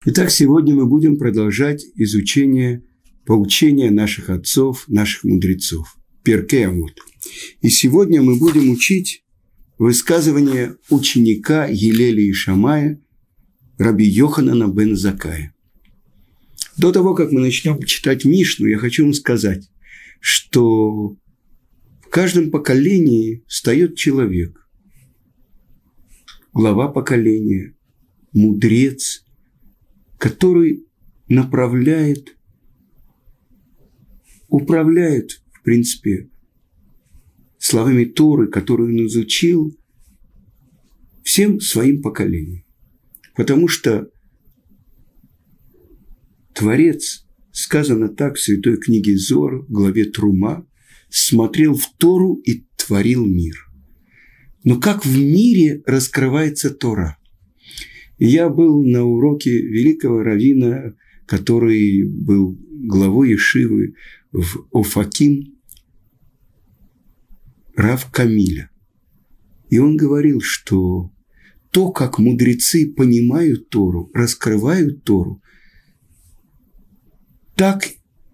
Итак, сегодня мы будем продолжать изучение поучения наших отцов, наших мудрецов. Перкей Авот. И сегодня мы будем учить высказывание ученика Гилеля и Шамая Раби Йоханана бен Заккая. До того, как мы начнем читать Мишну, я хочу вам сказать, что в каждом поколении встает человек, глава поколения, мудрец, который направляет, управляет, в принципе, словами Торы, которые он изучил, всем своим поколением. Потому что Творец, сказано так в святой книге Зоар, в главе Трума, смотрел в Тору и творил мир. Но как в мире раскрывается Тора? Я был на уроке великого раввина, который был главой ешивы в Офаким, Рав Камиля. И он говорил, что то, как мудрецы понимают Тору, раскрывают Тору, так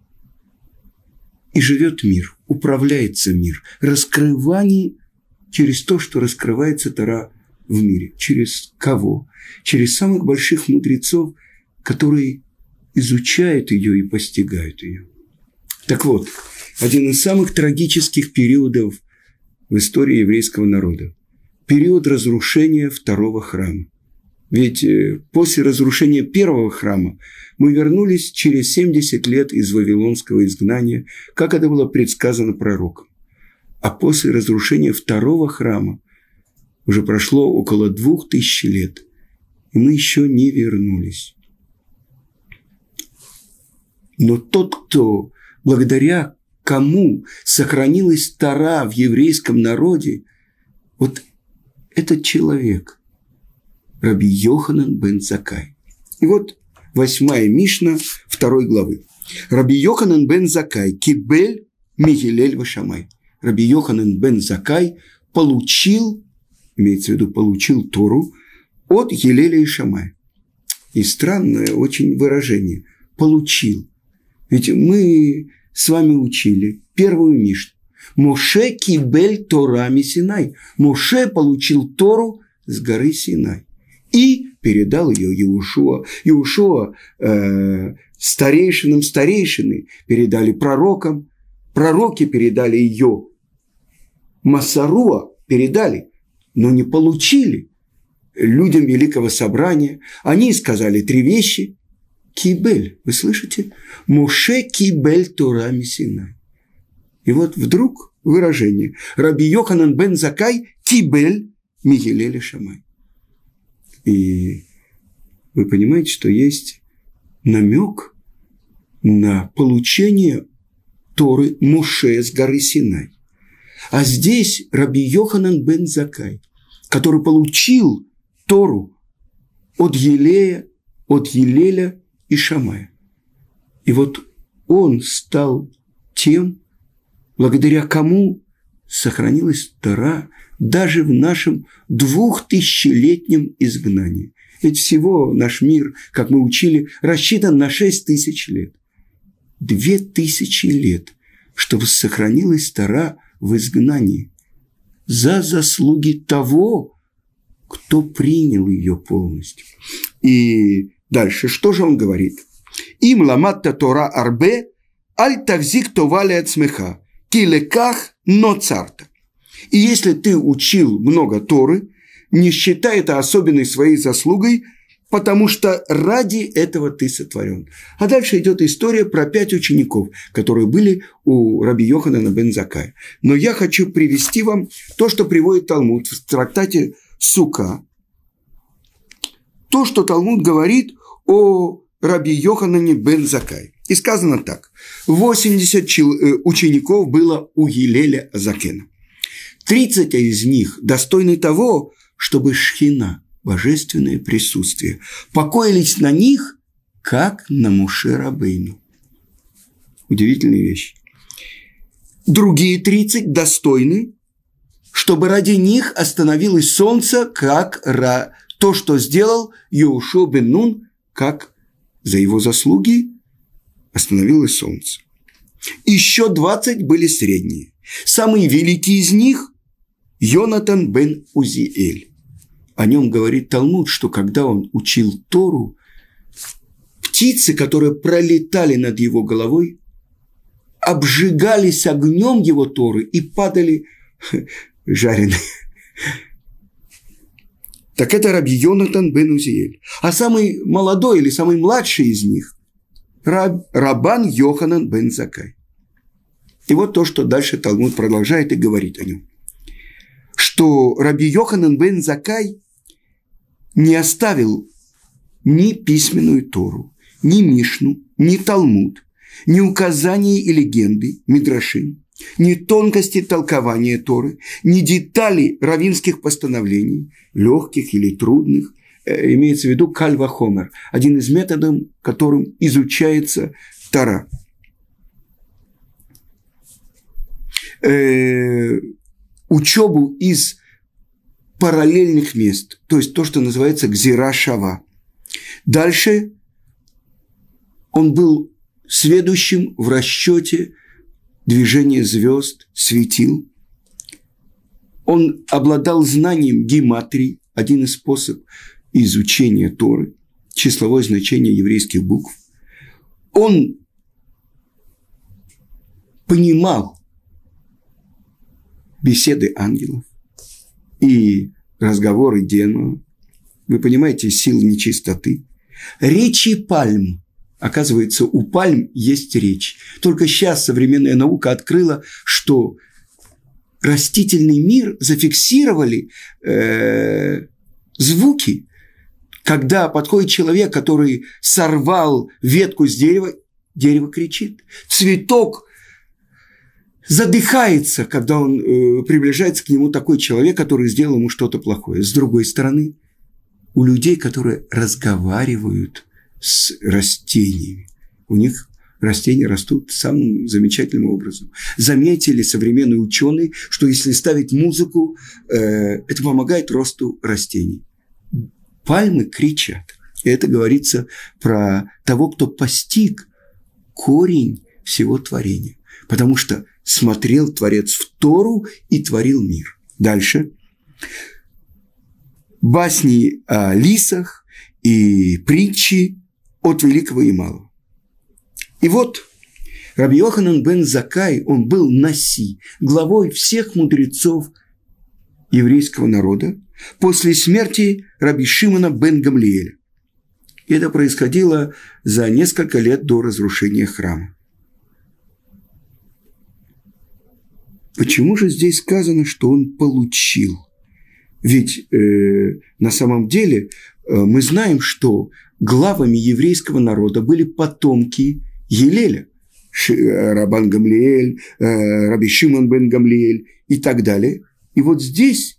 и живет мир, управляется мир. Раскрывание через то, что раскрывается Тора в мире. Через кого? Через самых больших мудрецов, которые изучают ее и постигают ее. Так вот, один из самых трагических периодов в истории еврейского народа – период разрушения второго храма. Ведь после разрушения первого храма мы вернулись через 70 лет из вавилонского изгнания, как это было предсказано пророком. А после разрушения второго храма уже прошло около 2000 лет, и мы еще не вернулись. Но тот, кто, благодаря кому сохранилась Тора в еврейском народе, вот этот человек, Раби Йоханан бен Заккай. И вот 8-я Мишна 2 главы. Раби Йоханан бен Заккай кибель мигилель вешамай. Раби Йоханан бен Заккай получил, имеется в виду, получил Тору от Гилеля и Шамая. И странное очень выражение – получил. Ведь мы с вами учили первую Мишну. Моше кибель Тора ми Синай. Моше получил Тору с горы Синай. И передал ее Иешуа. Иешуа старейшины передали пророкам. Пророки передали ее. Масаруа передали, но не получили людям Великого Собрания. Они сказали 3 вещи. Кибель, вы слышите? Моше кибель Тора ми Синай. И вот вдруг выражение. Раби Йоханан бен Заккай кибель мигилель и Шамай. И вы понимаете, что есть намек на получение Торы Моше с горы Синай. А здесь Раби Йоханан бен Заккай, который получил Тору от Елеля и Шамая. И вот он стал тем, благодаря кому сохранилась Тора даже в нашем 2000-летнем изгнании. Ведь всего наш мир, как мы учили, рассчитан на 6000 лет. 2000 лет, чтобы сохранилась Тора в изгнании за заслуги того, кто принял ее полностью. И дальше, что же он говорит? «Им ламатта Тора арбе, аль тавзик товали от смеха, ки леках но царта». И если ты учил много Торы, не считай это особенной своей заслугой, потому что ради этого ты сотворен. А дальше идет история про 5 учеников, которые были у Раби Йоханана бен Заккая. Но я хочу привести вам то, что приводит Талмуд в трактате Сука. То, что Талмуд говорит о Раби Йоханане бен Заккае. И сказано так. 80 учеников было у Гилеля Закена. 30 из них достойны того, чтобы Шхина, божественное присутствие, покоились на них, как на Моше Рабейну. Удивительная вещь. Другие 30 достойны, чтобы ради них остановилось солнце, как то, что сделал Йеушуа бен Нун, как за его заслуги остановилось солнце. Еще 20 были средние. Самый великий из них – Йонатан бен Узиэль. О нем говорит Талмуд, что когда он учил Тору, птицы, которые пролетали над его головой, обжигались огнем его Торы и падали жареные. Так это раби Йонатан бен Узиэль. А самый молодой или самый младший из них – Рабан Йоханан бен Заккай. И вот то, что дальше Талмуд продолжает и говорит о нем. Что раби Йоханан бен Заккай не оставил ни письменную Тору, ни Мишну, ни Талмуд, ни указания и легенды, мидрашим, ни тонкости толкования Торы, ни деталей раввинских постановлений, легких или трудных, имеется в виду каль вахомер, один из методов, которым изучается Тора. Учебу из параллельных мест, то есть то, что называется гзира шава. Дальше он был сведущим в расчете движения звезд, светил. Он обладал знанием гематрии, один из способов изучения Торы, числовое значение еврейских букв. Он понимал беседы ангелов и разговоры демонов. Вы понимаете, сил нечистоты. Речи пальм. Оказывается, у пальм есть речь. Только сейчас современная наука открыла, что растительный мир зафиксировали звуки. Когда подходит человек, который сорвал ветку с дерева, дерево кричит. Цветок задыхается, когда он приближается к нему такой человек, который сделал ему что-то плохое. С другой стороны, у людей, которые разговаривают с растениями, у них растения растут самым замечательным образом. Заметили современные ученые, что если ставить музыку, это помогает росту растений. Пальмы кричат. И это говорится про того, кто постиг корень всего творения. Потому что смотрел Творец в Тору и творил мир. Дальше. Басни о лисах и притчи от великого и малого. И вот раби Йоханан бен Заккай, он был наси, главой всех мудрецов еврейского народа после смерти раби Шимона бен Гамлиэля. И это происходило за несколько лет до разрушения храма. Почему же здесь сказано, что он получил? Ведь на самом деле мы знаем, что главами еврейского народа были потомки Елеля, Рабан Гамлиэль, раби Шимон бен Гамлиэль и так далее. И вот здесь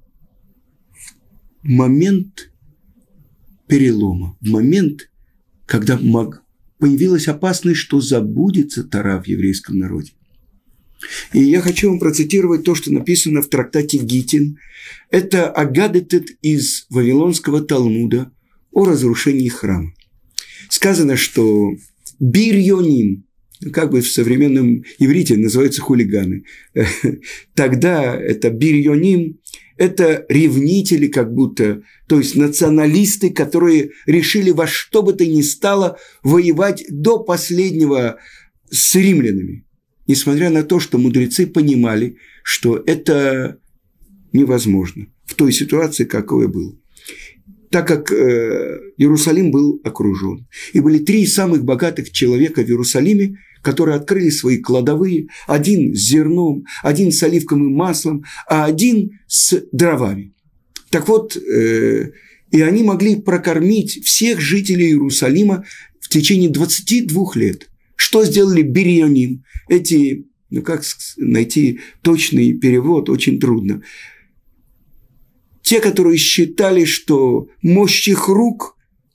момент перелома, момент, когда появилась опасность, что забудется Тора в еврейском народе. И я хочу вам процитировать то, что написано в трактате Гитин. Это Агадетет из Вавилонского Талмуда о разрушении храма. Сказано, что бирьоним, как бы в современном иврите называются хулиганы. Тогда это бирьоним, это ревнители как будто, то есть националисты, которые решили во что бы то ни стало воевать до последнего с римлянами. Несмотря на то, что мудрецы понимали, что это невозможно в той ситуации, какое было. Так как Иерусалим был окружен. И были 3 самых богатых человека в Иерусалиме, которые открыли свои кладовые. Один с зерном, один с оливковым маслом, а один с дровами. Так вот, и они могли прокормить всех жителей Иерусалима в течение 22 лет. Что сделали бирьоним? Эти, как найти точный перевод, очень трудно. Те, которые считали, что мощь их рук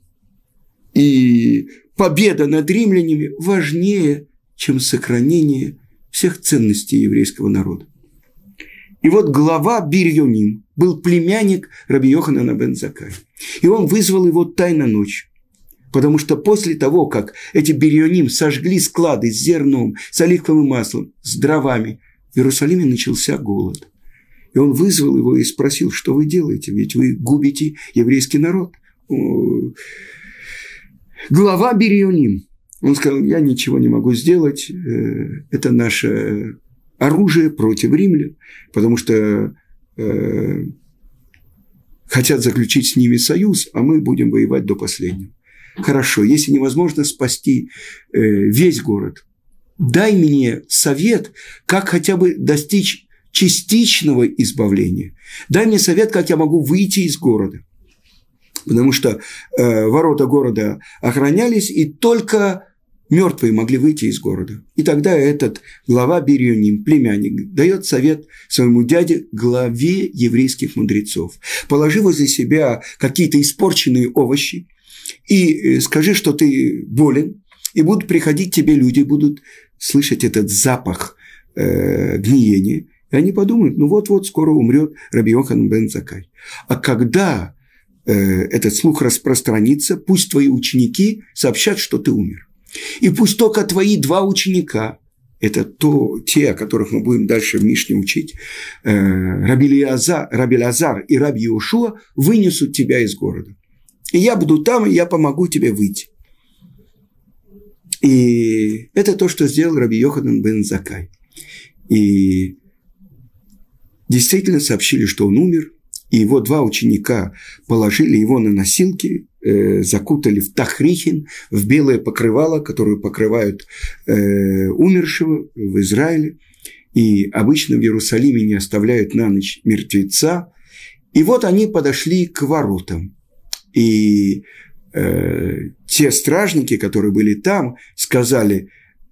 и победа над римлянами важнее, чем сохранение всех ценностей еврейского народа. И вот глава бирьоним был племянник раби Йоханана бен Заккая. И он вызвал его тайно ночью. Потому что после того, как эти бирионим сожгли склады с зерном, с оливковым маслом, с дровами, в Иерусалиме начался голод. И он вызвал его и спросил, что вы делаете, ведь вы губите еврейский народ. Глава бирионим. Он сказал, я ничего не могу сделать, это наше оружие против римлян, потому что хотят заключить с ними союз, а мы будем воевать до последнего. Хорошо, если невозможно спасти весь город, дай мне совет, как хотя бы достичь частичного избавления. Дай мне совет, как я могу выйти из города. Потому что ворота города охранялись, и только мертвые могли выйти из города. И тогда этот глава бирионим, племянник, дает совет своему дяде, главе еврейских мудрецов. Положи возле себя какие-то испорченные овощи и скажи, что ты болен, и будут приходить тебе люди, будут слышать этот запах гниения, и они подумают, ну вот-вот скоро умрет Раби Йоханан бен Заккай. А когда этот слух распространится, пусть твои ученики сообщат, что ты умер. И пусть только твои 2 ученика, это те, о которых мы будем дальше в Мишне учить, Раби Элиазар и Раби Йошуа, вынесут тебя из города. И я буду там, и я помогу тебе выйти. И это то, что сделал Раби Йоханан бен Заккай. И действительно сообщили, что он умер, и его 2 ученика положили его на носилки, закутали в тахрихин, в белое покрывало, которое покрывают умершего в Израиле. И обычно в Иерусалиме не оставляют на ночь мертвеца. И вот они подошли к воротам. И те стражники, которые были там, сказали,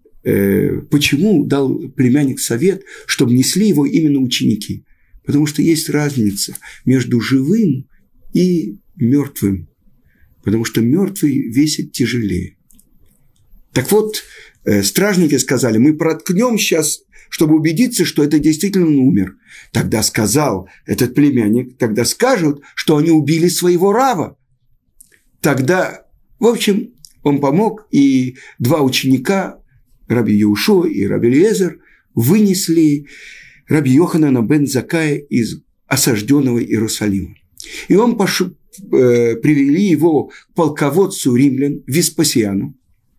почему дал племянник совет, чтобы несли его именно ученики. Потому что есть разница между живым и мертвым. Потому что мертвый весит тяжелее. Так вот, стражники сказали, мы проткнем сейчас, чтобы убедиться, что это действительно он умер. Тогда сказал этот племянник, тогда скажут, что они убили своего рава. Тогда, в общем, он помог, и 2 ученика, Раби Йошуа и Раби Элиэзер, вынесли Раби Йоханана бен Заккая из осажденного Иерусалима. И он привели его к полководцу римлян Веспасиану.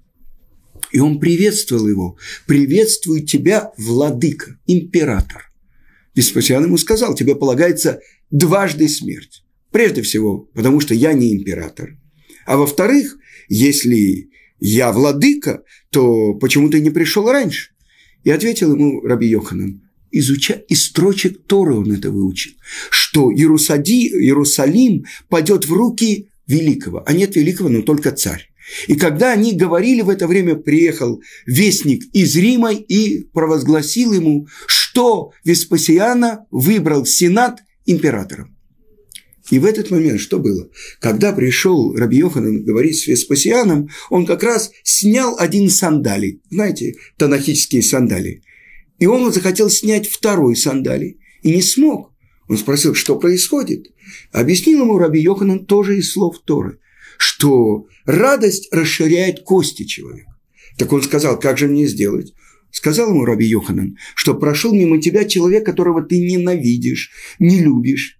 И он приветствовал его. «Приветствую тебя, владыка, император». Веспасиан ему сказал, тебе полагается 2 смерть. Прежде всего, потому что я не император. А во-вторых, если я владыка, то почему ты не пришел раньше? И ответил ему Раби Йоханан, из строчек Торы он это выучил, что Иерусалим пойдет в руки великого, а нет великого, но только царь. И когда они говорили, в это время приехал вестник из Рима и провозгласил ему, что Веспасиана выбрал сенат императором. И в этот момент что было? Когда пришел Раби Йоханан говорить с Веспасианом, он как раз снял 1 сандалий, знаете, танахические сандалии. И он захотел снять 2 сандалий и не смог. Он спросил, что происходит. Объяснил ему Раби Йоханан тоже из слов Торы, что радость расширяет кости человека. Так он сказал, как же мне сделать? Сказал ему Раби Йоханан, что прошел мимо тебя человек, которого ты ненавидишь, не любишь.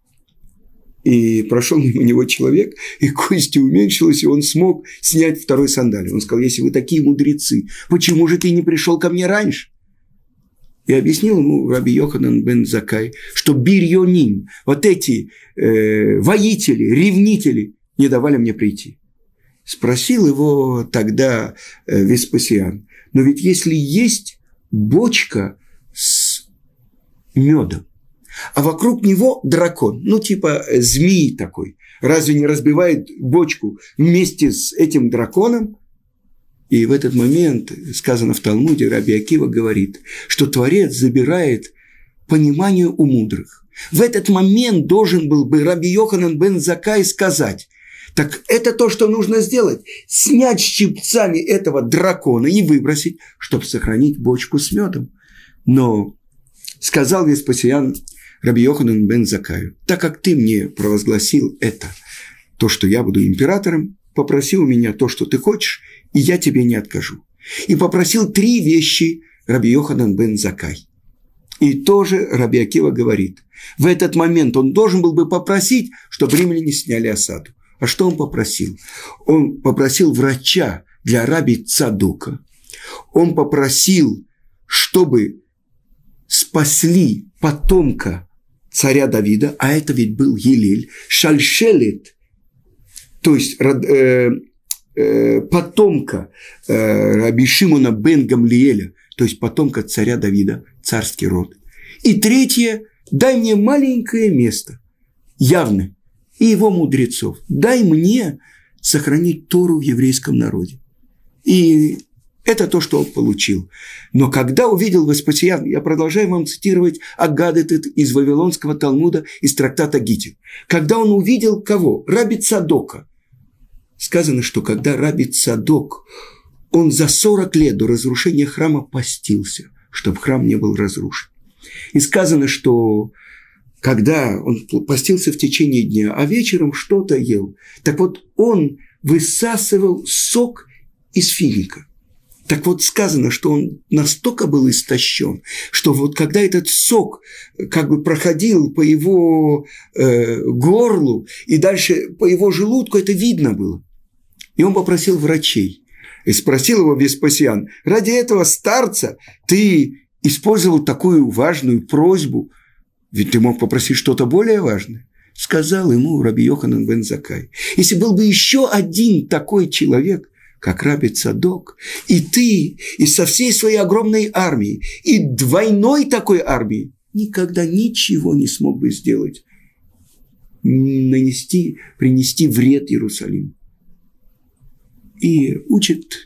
И прошел мимо него человек, и кости уменьшилась, и он смог снять 2 сандалий. Он сказал, если вы такие мудрецы, почему же ты не пришел ко мне раньше? И объяснил ему Раби Йоханан бен Заккай, что бирьоним, вот эти воители, ревнители не давали мне прийти. Спросил его тогда Веспасиан, но ведь если есть бочка с медом, а вокруг него дракон, ну типа змеи такой, разве не разбивает бочку вместе с этим драконом? И в этот момент, сказано в Талмуде, Раби Акива говорит, что Творец забирает понимание у мудрых. В этот момент должен был бы Раби Йоханан бен Заккай сказать, так это то, что нужно сделать, снять щипцами этого дракона и выбросить, чтобы сохранить бочку с медом. Но сказал Веспасиан Раби Йоханан бен Заккаю, так как ты мне провозгласил это, то, что я буду императором, попроси у меня то, что ты хочешь, и я тебе не откажу. И попросил 3 вещи Раби Йоханан бен Заккай. И тоже Раби Акива говорит, в этот момент он должен был бы попросить, чтобы римляне сняли осаду. А что он попросил? Он попросил врача для раби Цадока. Он попросил, чтобы спасли потомка царя Давида, а это ведь был Гилель, Шальшелет, то есть потомка раби Шимона бен Гамлиэля, то есть потомка царя Давида, царский род. И третье, дай мне маленькое место, явно, и его мудрецов. Дай мне сохранить Тору в еврейском народе. И это то, что он получил. Но когда увидел Веспасиан, я продолжаю вам цитировать Агадет из Вавилонского Талмуда, из трактата Гитин. Когда он увидел кого? Раби Цадока. Сказано, что когда Раби Цадок, он за 40 лет до разрушения храма постился, чтобы храм не был разрушен. И сказано, что когда он постился в течение дня, а вечером что-то ел, так вот он высасывал сок из финика. Так вот сказано, что он настолько был истощен, что вот когда этот сок как бы проходил по его горлу и дальше по его желудку, это видно было. И он попросил врачей. И спросил его Веспасиан, ради этого старца ты использовал такую важную просьбу, ведь ты мог попросить что-то более важное. Сказал ему Раби Йоханан бен Заккай, если был бы еще один такой человек, как Раби Цадок, и ты, и со всей своей огромной армией, и двойной такой армией, никогда ничего не смог бы сделать, принести вред Иерусалиму. И учит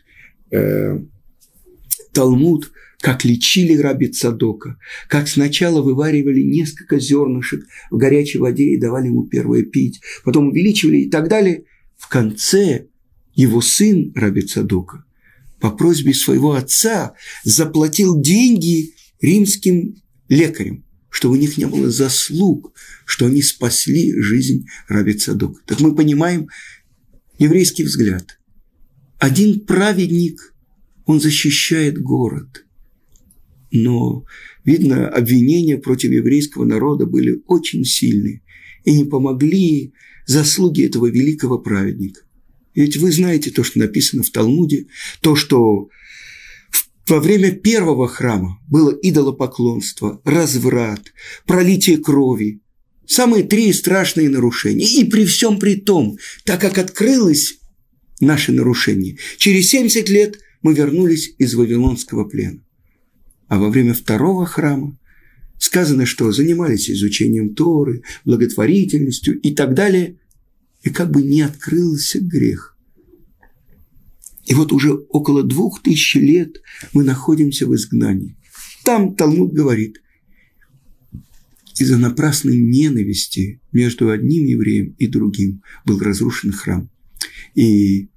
Талмуд, как лечили Раби Цадока, как сначала вываривали несколько зернышек в горячей воде и давали ему первое пить, потом увеличивали и так далее. В конце его сын Раби Цадока по просьбе своего отца заплатил деньги римским лекарям, чтобы у них не было заслуг, что они спасли жизнь Раби Цадока. Так мы понимаем еврейский взгляд. Один праведник, он защищает город. Но, видно, обвинения против еврейского народа были очень сильные и не помогли заслуги этого великого праведника. Ведь вы знаете то, что написано в Талмуде, то, что во время первого храма было идолопоклонство, разврат, пролитие крови, самые 3 страшные нарушения. И при всем при том, так как открылось наше нарушение, через 70 лет мы вернулись из Вавилонского плена. А во время второго храма сказано, что занимались изучением Торы, благотворительностью и так далее, и как бы не открылся грех. И вот уже около 2000 лет мы находимся в изгнании. Там Талмуд говорит, из-за напрасной ненависти между одним евреем и другим был разрушен храм. И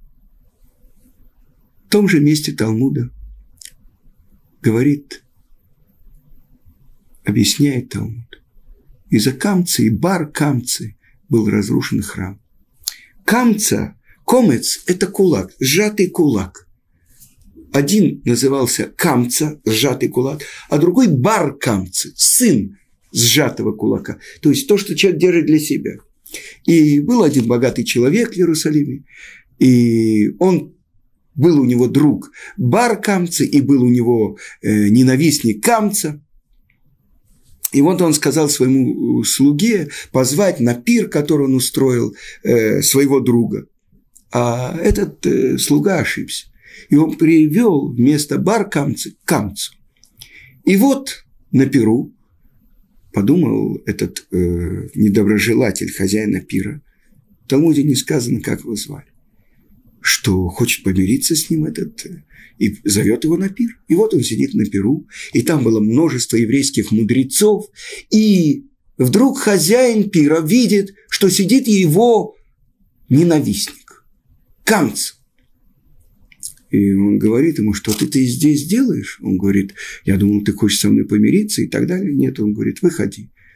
в том же месте Талмуда говорит, объясняет Талмуд, из-за камцы и бар камцы был разрушен храм. Камца, комец – это кулак, сжатый кулак. Один назывался камца, сжатый кулак, а другой бар камцы, сын сжатого кулака. То есть то, что человек держит для себя. И был один богатый человек в Иерусалиме, и был у него друг бар камца, и был у него ненавистник камца. И вот он сказал своему слуге позвать на пир, который он устроил, своего друга. А этот слуга ошибся. И он привел вместо бар камца камцу. И вот на пиру подумал этот недоброжелатель хозяина пира, в Талмуде не сказано, как его звали, что хочет помириться с ним и зовет его на пир. И вот он сидит на пиру, и там было множество еврейских мудрецов, и вдруг хозяин пира видит, что сидит его ненавистник, камц. И он говорит ему, что ты здесь делаешь? Он говорит, я думал, ты хочешь со мной помириться и так далее. Нет, он говорит, выходи.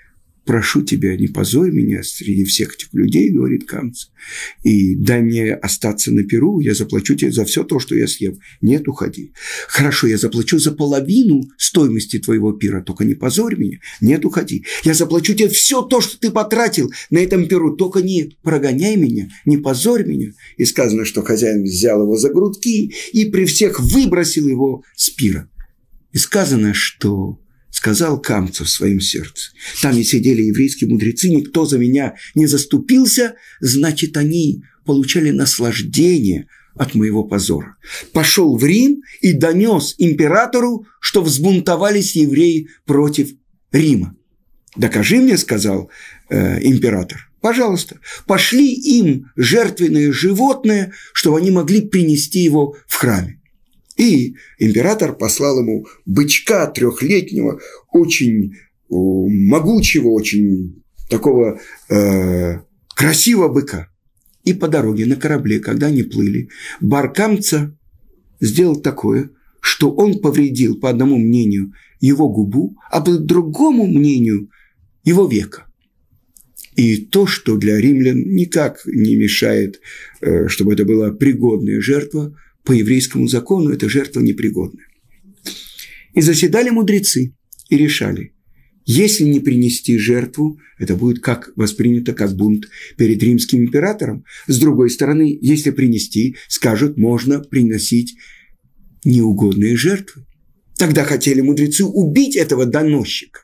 прошу тебя, не позорь меня среди всех этих людей, говорит Камца, и дай мне остаться на пиру, я заплачу тебе за все то, что я съем. Нет, уходи. Хорошо, я заплачу за половину стоимости твоего пира, только не позорь меня. Нет, уходи. Я заплачу тебе все то, что ты потратил на этом пиру, только не прогоняй меня, не позорь меня. И сказано, что хозяин взял его за грудки и при всех выбросил его с пира. И сказано, что сказал Камца в своем сердце: там и сидели еврейские мудрецы, никто за меня не заступился, значит, они получали наслаждение от моего позора. Пошел в Рим и донес императору, что взбунтовались евреи против Рима. Докажи мне, сказал император. Пожалуйста, пошли им жертвенное животное, чтобы они могли принести его в храме. И император послал ему бычка трехлетнего, очень могучего, очень такого красивого быка. И по дороге на корабле, когда они плыли, бар Камца сделал такое, что он повредил, по одному мнению, его губу, а по другому мнению, его веко. И то, что для римлян никак не мешает, чтобы это была пригодная жертва, по еврейскому закону эта жертва непригодная. И заседали мудрецы и решали: если не принести жертву, это будет воспринято как бунт перед римским императором. С другой стороны, если принести, скажут, можно приносить неугодные жертвы. Тогда хотели мудрецы убить этого доносчика.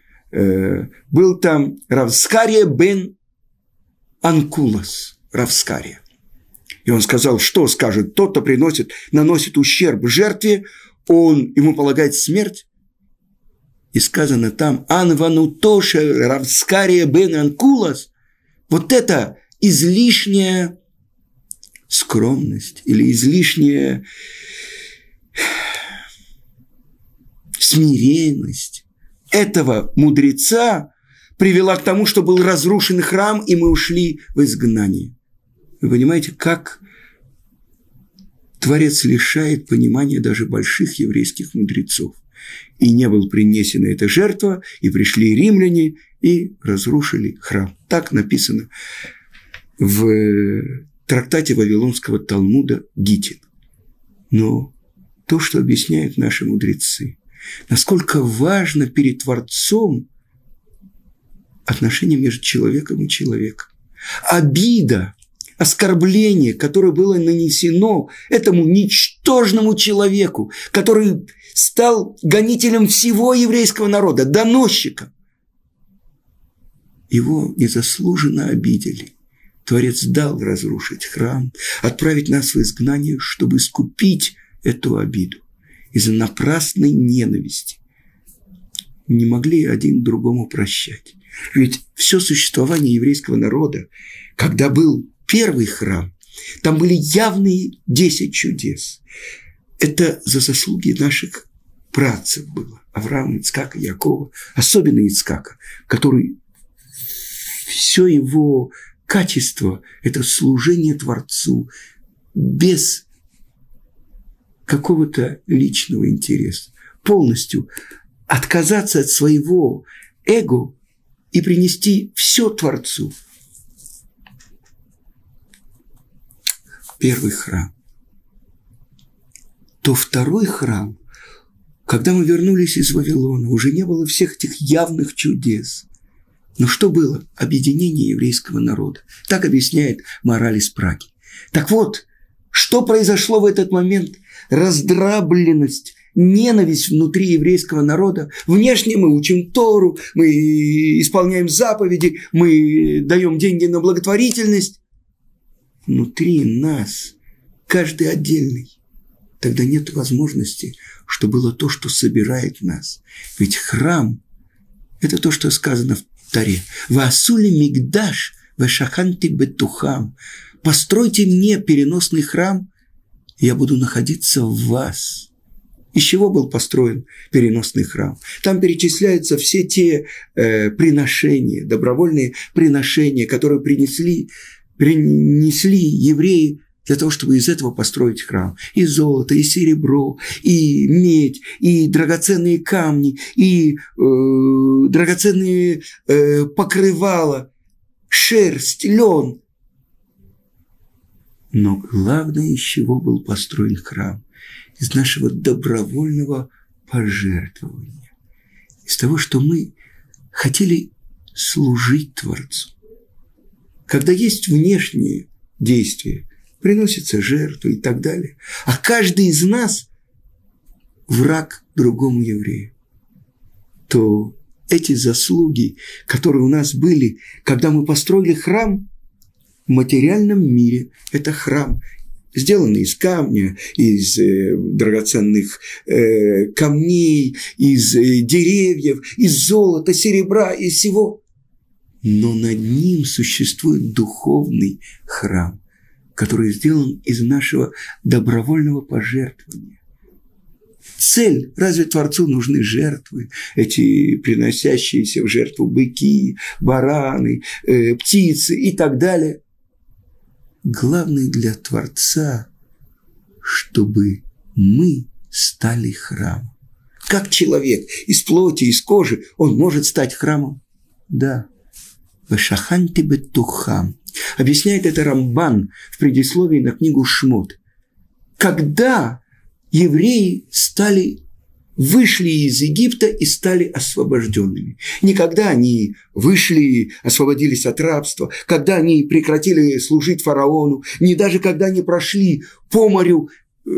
Был там Рав Скария бен Анкулас, Рав Скария. И он сказал, что скажет тот, кто наносит ущерб жертве, ему полагает смерть. И сказано там: «Анванутоша Рав Скария бен Анкулас». Вот это излишняя скромность или излишняя смиренность этого мудреца привела к тому, что был разрушен храм, и мы ушли в изгнание. Вы понимаете, как Творец лишает понимания даже больших еврейских мудрецов. И не был принесена эта жертва, и пришли римляне и разрушили храм. Так написано в трактате Вавилонского Талмуда Гитин. Но то, что объясняют наши мудрецы, насколько важно перед Творцом отношение между человеком и человеком. Обида, оскорбление, которое было нанесено этому ничтожному человеку, который стал гонителем всего еврейского народа, доносчиком. Его незаслуженно обидели. Творец дал разрушить храм, отправить нас в изгнание, чтобы искупить эту обиду. Из-за напрасной ненависти не могли один другому прощать. Ведь все существование еврейского народа, когда был первый храм, там были явные 10 чудес. Это за заслуги наших працев было. Авраама, Ицкака, Якова, особенно Ицкака, который все его качество – это служение Творцу без какого-то личного интереса. Полностью отказаться от своего эго и принести все Творцу. Первый храм. То второй храм, когда мы вернулись из Вавилона, уже не было всех этих явных чудес. Но что было? Объединение еврейского народа. Так объясняет мораль из Праги. Так вот, что произошло в этот момент? Раздробленность, ненависть внутри еврейского народа. Внешне мы учим Тору, мы исполняем заповеди, мы даем деньги на благотворительность. Внутри нас каждый отдельный. Тогда нет возможности, что было то, что собирает нас. Ведь храм – это то, что сказано в Торе. «Ваасули мигдаш вешаханти бетухам». Постройте мне переносный храм, и я буду находиться в вас. Из чего был построен переносный храм? Там перечисляются все те приношения, добровольные приношения, которые принесли евреи для того, чтобы из этого построить храм. И золото, и серебро, и медь, и драгоценные камни, и драгоценные покрывала, шерсть, лен. Но главное, из чего был построен храм? Из нашего добровольного пожертвования. Из того, что мы хотели служить Творцу. Когда есть внешние действия, приносится жертва и так далее. А каждый из нас враг другому еврею. То эти заслуги, которые у нас были, когда мы построили храм в материальном мире, это храм, сделанный из камня, из драгоценных камней, из деревьев, из золота, серебра, из всего. Но над ним существует духовный храм, который сделан из нашего добровольного пожертвования. Цель, разве Творцу нужны жертвы, эти приносящиеся в жертву быки, бараны, птицы и так далее? Главное для Творца, чтобы мы стали храмом. Как человек из плоти, из кожи, он может стать храмом? Да. «Вешаханти бетухам». Объясняет это Рамбан в предисловии на книгу Шмот. Когда евреи вышли из Египта и стали освобожденными. Не когда они вышли, освободились от рабства, когда они прекратили служить фараону, не даже когда они прошли по морю,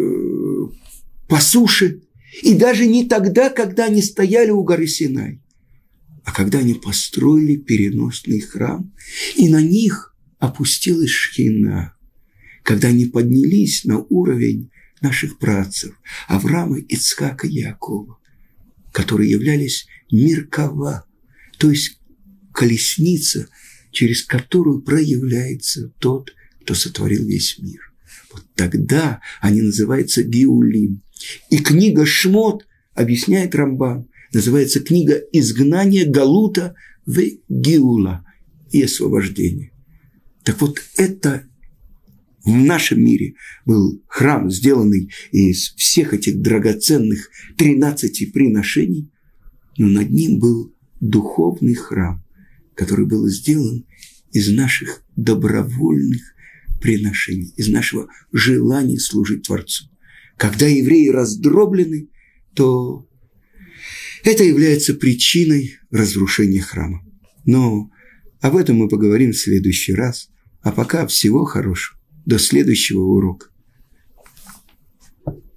по суше, и даже не тогда, когда они стояли у горы Синай, а когда они построили переносный храм, и на них опустилась шхина, когда они поднялись на уровень наших працев Авраама, Ицхака и Якова, которые являлись Миркава, то есть колесница, через которую проявляется тот, кто сотворил весь мир. Вот тогда они называются Геулим. И книга Шмот, объясняет Рамбан, называется книга изгнания Галута в Геула и освобождения. Так вот, это в нашем мире был храм, сделанный из всех этих драгоценных 13 приношений, но над ним был духовный храм, который был сделан из наших добровольных приношений, из нашего желания служить Творцу. Когда евреи раздроблены, то это является причиной разрушения храма. Но об этом мы поговорим в следующий раз. А пока всего хорошего. До следующего урока.